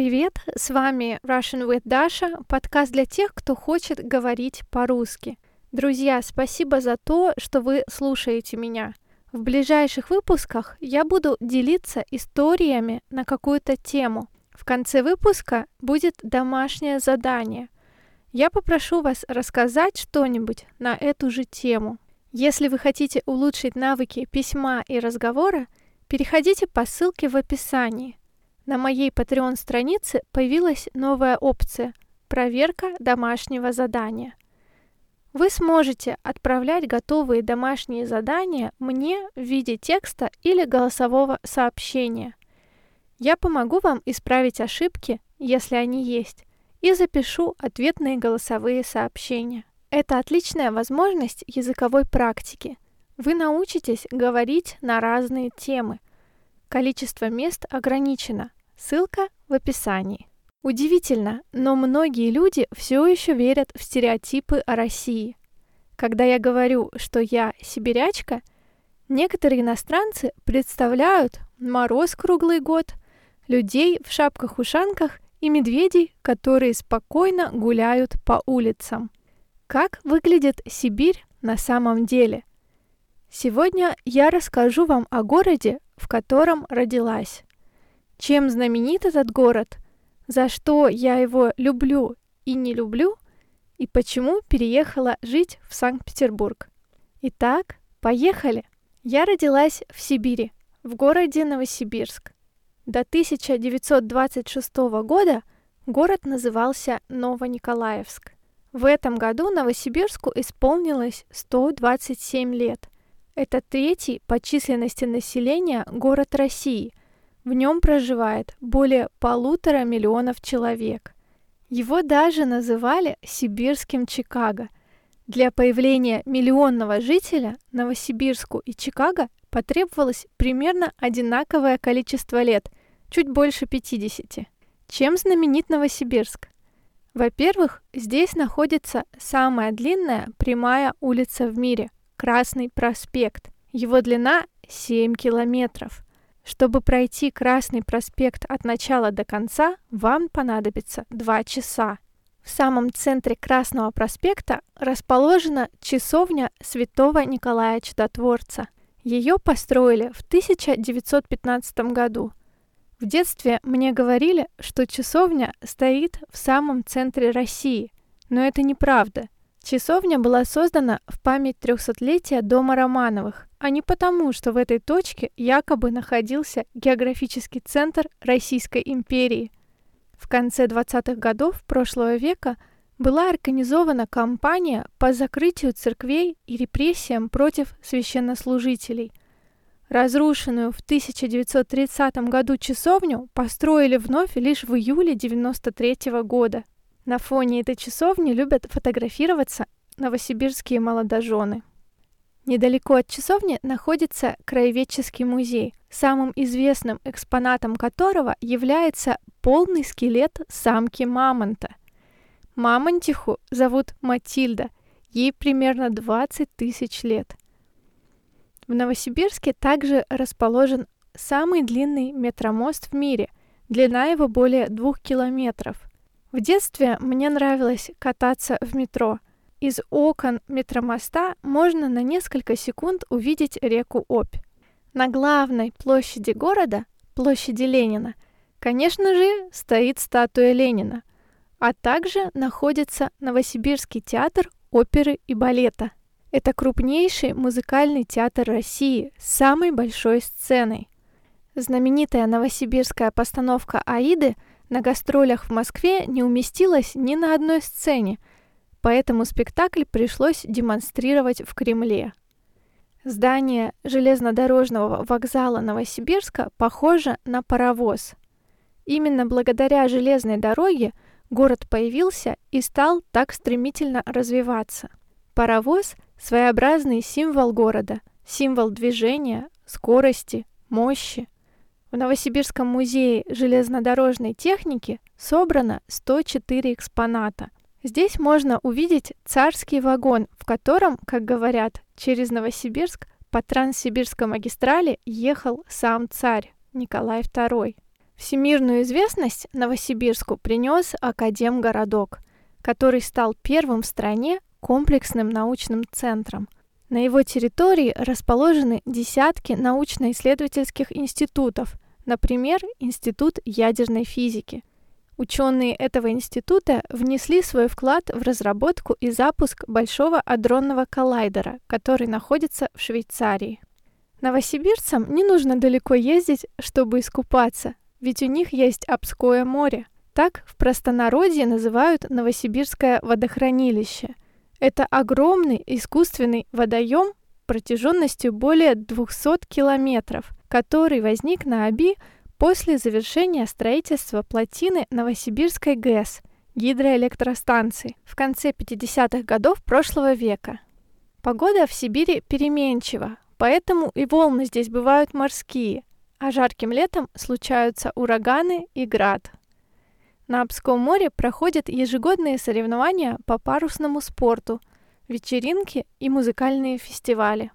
Привет, с вами Russian with Dasha, подкаст для тех, кто хочет говорить по-русски. Друзья, спасибо за то, что вы слушаете меня. В ближайших выпусках я буду делиться историями на какую-то тему. В конце выпуска будет домашнее задание. Я попрошу вас рассказать что-нибудь на эту же тему. Если вы хотите улучшить навыки письма и разговора, переходите по ссылке в описании. На моей Patreon-странице появилась новая опция «Проверка домашнего задания». Вы сможете отправлять готовые домашние задания мне в виде текста или голосового сообщения. Я помогу вам исправить ошибки, если они есть, и запишу ответные голосовые сообщения. Это отличная возможность языковой практики. Вы научитесь говорить на разные темы. Количество мест ограничено. Ссылка в описании. Удивительно, но многие люди все еще верят в стереотипы о России. Когда я говорю, что я сибирячка, некоторые иностранцы представляют мороз круглый год, людей в шапках-ушанках и медведей, которые спокойно гуляют по улицам. Как выглядит Сибирь на самом деле? Сегодня я расскажу вам о городе, в котором родилась. Чем знаменит этот город, за что я его люблю и не люблю, и почему переехала жить в Санкт-Петербург. Итак, поехали! Я родилась в Сибири, в городе Новосибирск. До 1926 года город назывался Новониколаевск. В этом году Новосибирску исполнилось 127 лет. Это третий по численности населения город России. В нем проживает более 1,5 миллиона человек. Его даже называли Сибирским Чикаго. Для появления миллионного жителя Новосибирску и Чикаго потребовалось примерно одинаковое количество лет, чуть больше 50. Чем знаменит Новосибирск? Во-первых, здесь находится самая длинная прямая улица в мире – Красный проспект. Его длина 7 километров. Чтобы пройти Красный проспект от начала до конца, вам понадобится 2 часа. В самом центре Красного проспекта расположена часовня Святого Николая Чудотворца. Ее построили в 1915 году. В детстве мне говорили, что часовня стоит в самом центре России, но это неправда. Часовня была создана в память 300-летия дома Романовых, а не потому, что в этой точке якобы находился географический центр Российской империи. В конце 20-х годов прошлого века была организована кампания по закрытию церквей и репрессиям против священнослужителей. Разрушенную в 1930 году часовню построили вновь лишь в июле 1993 года. На фоне этой часовни любят фотографироваться новосибирские молодожены. Недалеко от часовни находится краеведческий музей, самым известным экспонатом которого является полный скелет самки мамонта. Мамонтиху зовут Матильда, ей примерно 20 тысяч лет. В Новосибирске также расположен самый длинный метромост в мире, длина его более 2 километров. В детстве мне нравилось кататься в метро. Из окон метромоста можно на несколько секунд увидеть реку Обь. На главной площади города, площади Ленина, конечно же, стоит статуя Ленина, а также находится Новосибирский театр оперы и балета. Это крупнейший музыкальный театр России с самой большой сценой. Знаменитая новосибирская постановка «Аиды» на гастролях в Москве не уместилась ни на одной сцене, поэтому спектакль пришлось демонстрировать в Кремле. Здание железнодорожного вокзала Новосибирска похоже на паровоз. Именно благодаря железной дороге город появился и стал так стремительно развиваться. Паровоз – своеобразный символ города, символ движения, скорости, мощи. В Новосибирском музее железнодорожной техники собрано 104 экспоната. Здесь можно увидеть царский вагон, в котором, как говорят, через Новосибирск по Транссибирской магистрали ехал сам царь Николай II. Всемирную известность Новосибирску принес Академгородок, который стал первым в стране комплексным научным центром. На его территории расположены десятки научно-исследовательских институтов, например, Институт ядерной физики. Ученые этого института внесли свой вклад в разработку и запуск Большого адронного коллайдера, который находится в Швейцарии. Новосибирцам не нужно далеко ездить, чтобы искупаться, ведь у них есть Обское море. Так в простонародье называют Новосибирское водохранилище. Это огромный искусственный водоем протяженностью более 200 километров, который возник на Оби после завершения строительства плотины Новосибирской ГЭС, гидроэлектростанции, в конце 50-х годов прошлого века. Погода в Сибири переменчива, поэтому и волны здесь бывают морские, а жарким летом случаются ураганы и град. На Обском море проходят ежегодные соревнования по парусному спорту, вечеринки и музыкальные фестивали.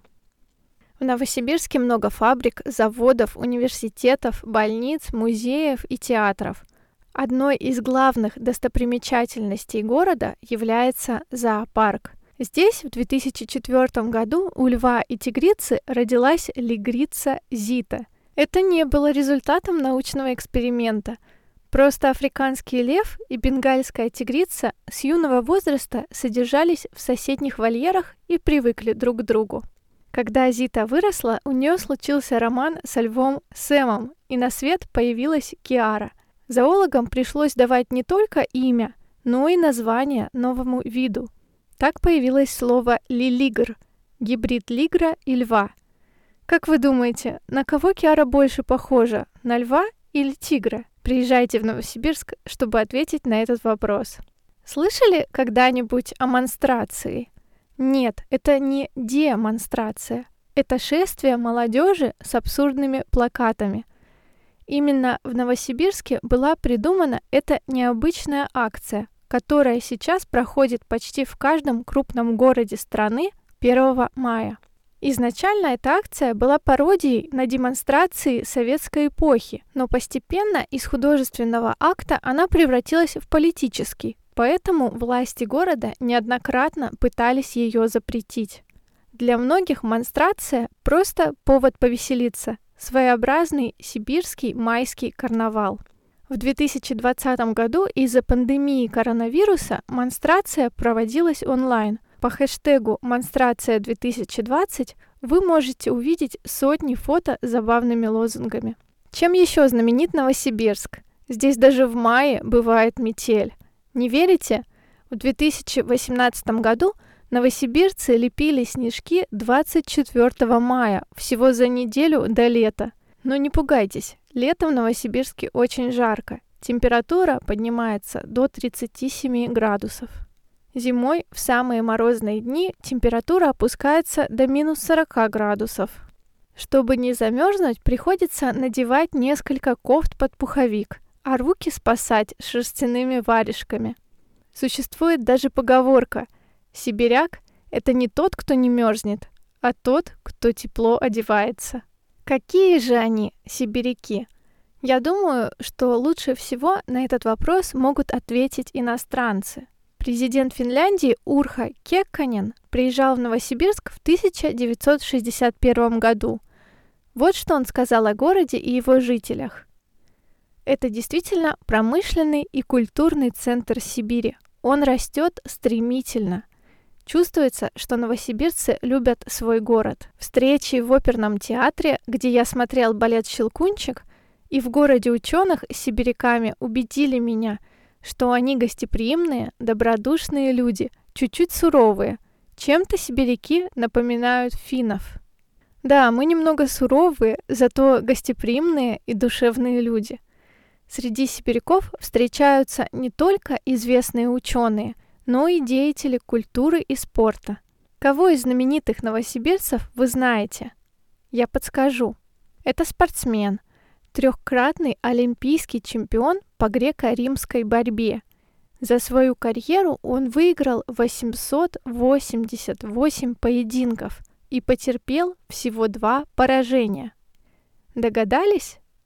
В Новосибирске много фабрик, заводов, университетов, больниц, музеев и театров. Одной из главных достопримечательностей города является зоопарк. Здесь в 2004 году у льва и тигрицы родилась лигрица Зита. Это не было результатом научного эксперимента. Просто африканский лев и бенгальская тигрица с юного возраста содержались в соседних вольерах и привыкли друг к другу. Когда Зита выросла, у нее случился роман со львом Сэмом, и на свет появилась Киара. Зоологам пришлось давать не только имя, но и название новому виду. Так появилось слово «лилигр» — гибрид лигра и льва. Как вы думаете, на кого Киара больше похожа, на льва или тигра? Приезжайте в Новосибирск, чтобы ответить на этот вопрос. Слышали когда-нибудь о монстрации? Нет, это не демонстрация. Это шествие молодежи с абсурдными плакатами. Именно в Новосибирске была придумана эта необычная акция, которая сейчас проходит почти в каждом крупном городе страны 1 мая. Изначально эта акция была пародией на демонстрации советской эпохи, но постепенно из художественного акта она превратилась в политический, поэтому власти города неоднократно пытались ее запретить. Для многих монстрация – просто повод повеселиться, своеобразный сибирский майский карнавал. В 2020 году из-за пандемии коронавируса монстрация проводилась онлайн. По хэштегу «Монстрация2020» вы можете увидеть сотни фото с забавными лозунгами. Чем еще знаменит Новосибирск? Здесь даже в мае бывает метель. Не верите? В 2018 году новосибирцы лепили снежки 24 мая, всего за неделю до лета. Но не пугайтесь, летом в Новосибирске очень жарко. Температура поднимается до 37 градусов. Зимой в самые морозные дни температура опускается до минус 40 градусов. Чтобы не замерзнуть, приходится надевать несколько кофт под пуховик, а руки спасать шерстяными варежками. Существует даже поговорка: «Сибиряк – это не тот, кто не мерзнет, а тот, кто тепло одевается». Какие же они, сибиряки? Я думаю, что лучше всего на этот вопрос могут ответить иностранцы. Президент Финляндии Урха Кекконен приезжал в Новосибирск в 1961 году. Вот что он сказал о городе и его жителях. Это действительно промышленный и культурный центр Сибири. Он растет стремительно. Чувствуется, что новосибирцы любят свой город. Встречи в оперном театре, где я смотрел балет «Щелкунчик», и в городе ученых с сибиряками убедили меня, что они гостеприимные, добродушные люди, чуть-чуть суровые. Чем-то сибиряки напоминают финнов. Да, мы немного суровые, зато гостеприимные и душевные люди. Среди сибиряков встречаются не только известные ученые, но и деятели культуры и спорта. Кого из знаменитых новосибирцев вы знаете? Я подскажу. Это спортсмен, трехкратный олимпийский чемпион по греко-римской борьбе. За свою карьеру он выиграл 888 поединков и потерпел всего 2 поражения. Догадались?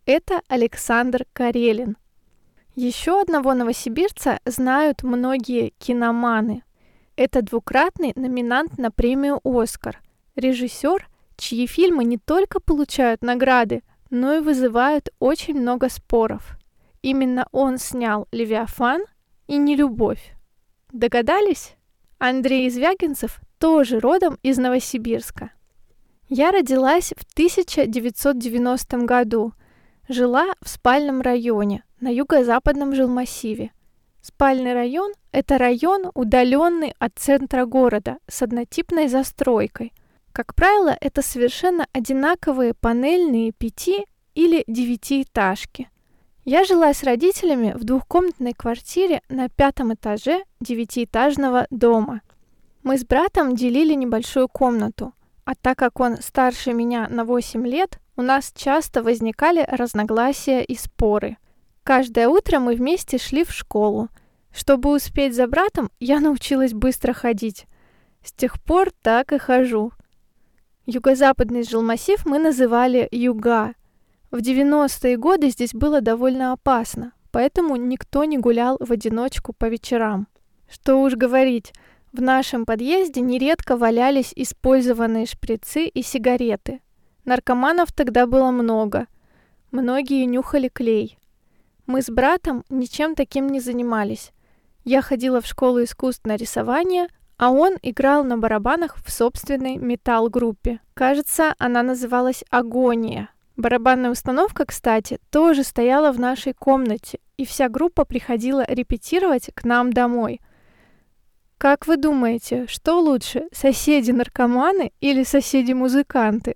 Это Александр Карелин. Еще одного новосибирца знают многие киноманы. Это двукратный номинант на премию «Оскар», режиссер, чьи фильмы не только получают награды, но и вызывают очень много споров. Именно он снял «Левиафан» и «Нелюбовь». Догадались? Андрей Звягинцев тоже родом из Новосибирска. Я родилась в 1990 году. Жила в спальном районе на юго-западном жилмассиве. Спальный район – это район, удаленный от центра города, с однотипной застройкой. Как правило, это совершенно одинаковые панельные 5- или 9-этажки. Я жила с родителями в двухкомнатной квартире на 5-м этаже 9-этажного дома. Мы с братом делили небольшую комнату, а так как он старше меня на 8 лет, у нас часто возникали разногласия и споры. Каждое утро мы вместе шли в школу. Чтобы успеть за братом, я научилась быстро ходить. С тех пор так и хожу. Юго-западный жилмассив мы называли Юга. В 90-е годы здесь было довольно опасно, поэтому никто не гулял в одиночку по вечерам. Что уж говорить, в нашем подъезде нередко валялись использованные шприцы и сигареты. Наркоманов тогда было много. Многие нюхали клей. Мы с братом ничем таким не занимались. Я ходила в школу искусств на рисование, а он играл на барабанах в собственной метал-группе. Кажется, она называлась «Агония». Барабанная установка, кстати, тоже стояла в нашей комнате, и вся группа приходила репетировать к нам домой. Как вы думаете, что лучше, соседи-наркоманы или соседи-музыканты?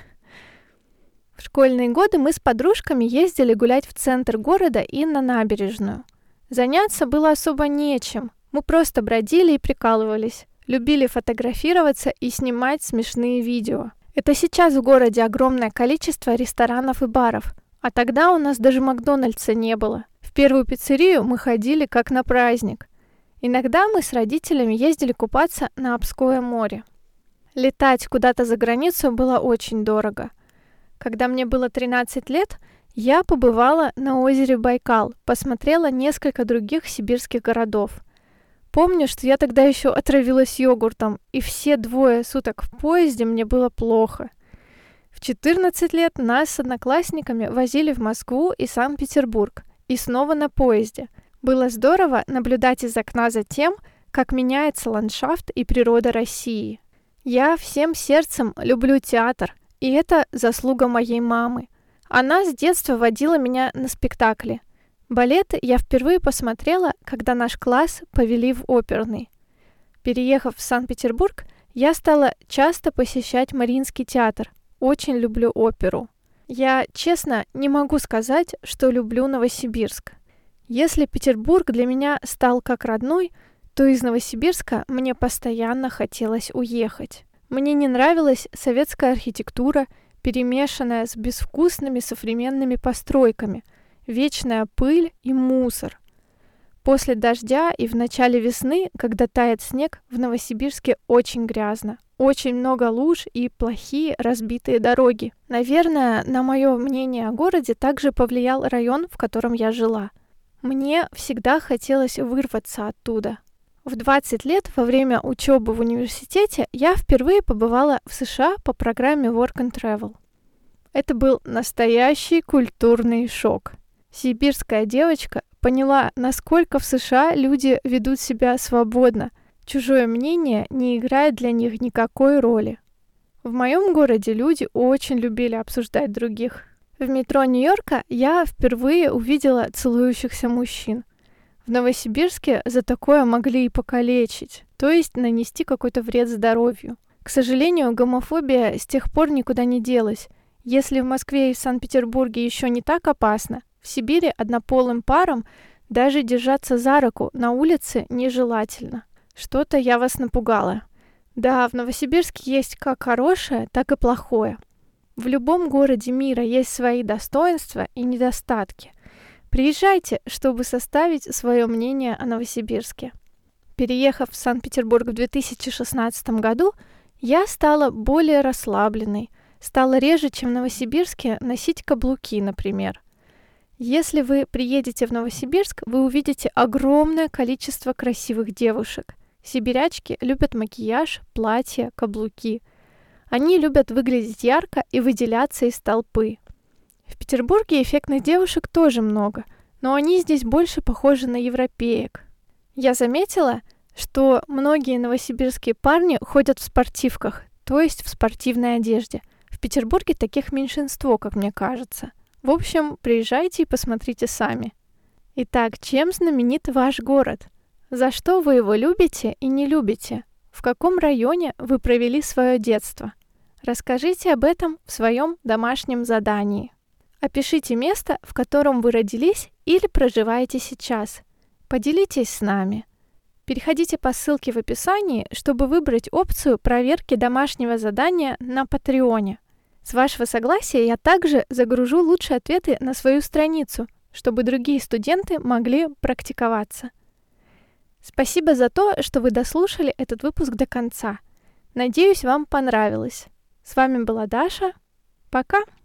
В школьные годы мы с подружками ездили гулять в центр города и на набережную. Заняться было особо нечем. Мы просто бродили и прикалывались. Любили фотографироваться и снимать смешные видео. Это сейчас в городе огромное количество ресторанов и баров. А тогда у нас даже Макдональдса не было. В первую пиццерию мы ходили как на праздник. Иногда мы с родителями ездили купаться на Обское море. Летать куда-то за границу было очень дорого. Когда мне было 13 лет, я побывала на озере Байкал, посмотрела несколько других сибирских городов. Помню, что я тогда еще отравилась йогуртом, и все 2 суток в поезде мне было плохо. В 14 лет нас с одноклассниками возили в Москву и Санкт-Петербург, и снова на поезде. Было здорово наблюдать из окна за тем, как меняется ландшафт и природа России. Я всем сердцем люблю театр, и это заслуга моей мамы. Она с детства водила меня на спектакли. Балет я впервые посмотрела, когда наш класс повели в оперный. Переехав в Санкт-Петербург, я стала часто посещать Мариинский театр. Очень люблю оперу. Я, честно, не могу сказать, что люблю Новосибирск. Если Петербург для меня стал как родной, то из Новосибирска мне постоянно хотелось уехать. Мне не нравилась советская архитектура, перемешанная с безвкусными современными постройками, вечная пыль и мусор. После дождя и в начале весны, когда тает снег, в Новосибирске очень грязно. Очень много луж и плохие разбитые дороги. Наверное, на мое мнение о городе также повлиял район, в котором я жила. Мне всегда хотелось вырваться оттуда. В 20 лет во время учебы в университете я впервые побывала в США по программе Work and Travel. Это был настоящий культурный шок. Сибирская девочка поняла, насколько в США люди ведут себя свободно. Чужое мнение не играет для них никакой роли. В моем городе люди очень любили обсуждать других. В метро Нью-Йорка я впервые увидела целующихся мужчин. В Новосибирске за такое могли и покалечить, то есть нанести какой-то вред здоровью. К сожалению, гомофобия с тех пор никуда не делась. Если в Москве и в Санкт-Петербурге еще не так опасно, в Сибири однополым парам даже держаться за руку на улице нежелательно. Что-то я вас напугала. Да, в Новосибирске есть как хорошее, так и плохое. В любом городе мира есть свои достоинства и недостатки. Приезжайте, чтобы составить свое мнение о Новосибирске. Переехав в Санкт-Петербург в 2016 году, я стала более расслабленной, стало реже, чем в Новосибирске, носить каблуки, например. Если вы приедете в Новосибирск, вы увидите огромное количество красивых девушек. Сибирячки любят макияж, платья, каблуки. Они любят выглядеть ярко и выделяться из толпы. В Петербурге эффектных девушек тоже много, но они здесь больше похожи на европеек. Я заметила, что многие новосибирские парни ходят в спортивках, то есть в спортивной одежде. В Петербурге таких меньшинство, как мне кажется. В общем, приезжайте и посмотрите сами. Итак, чем знаменит ваш город? За что вы его любите и не любите? В каком районе вы провели свое детство? Расскажите об этом в своем домашнем задании. Опишите место, в котором вы родились или проживаете сейчас. Поделитесь с нами. Переходите по ссылке в описании, чтобы выбрать опцию проверки домашнего задания на Патреоне. С вашего согласия я также загружу лучшие ответы на свою страницу, чтобы другие студенты могли практиковаться. Спасибо за то, что вы дослушали этот выпуск до конца. Надеюсь, вам понравилось. С вами была Даша. Пока!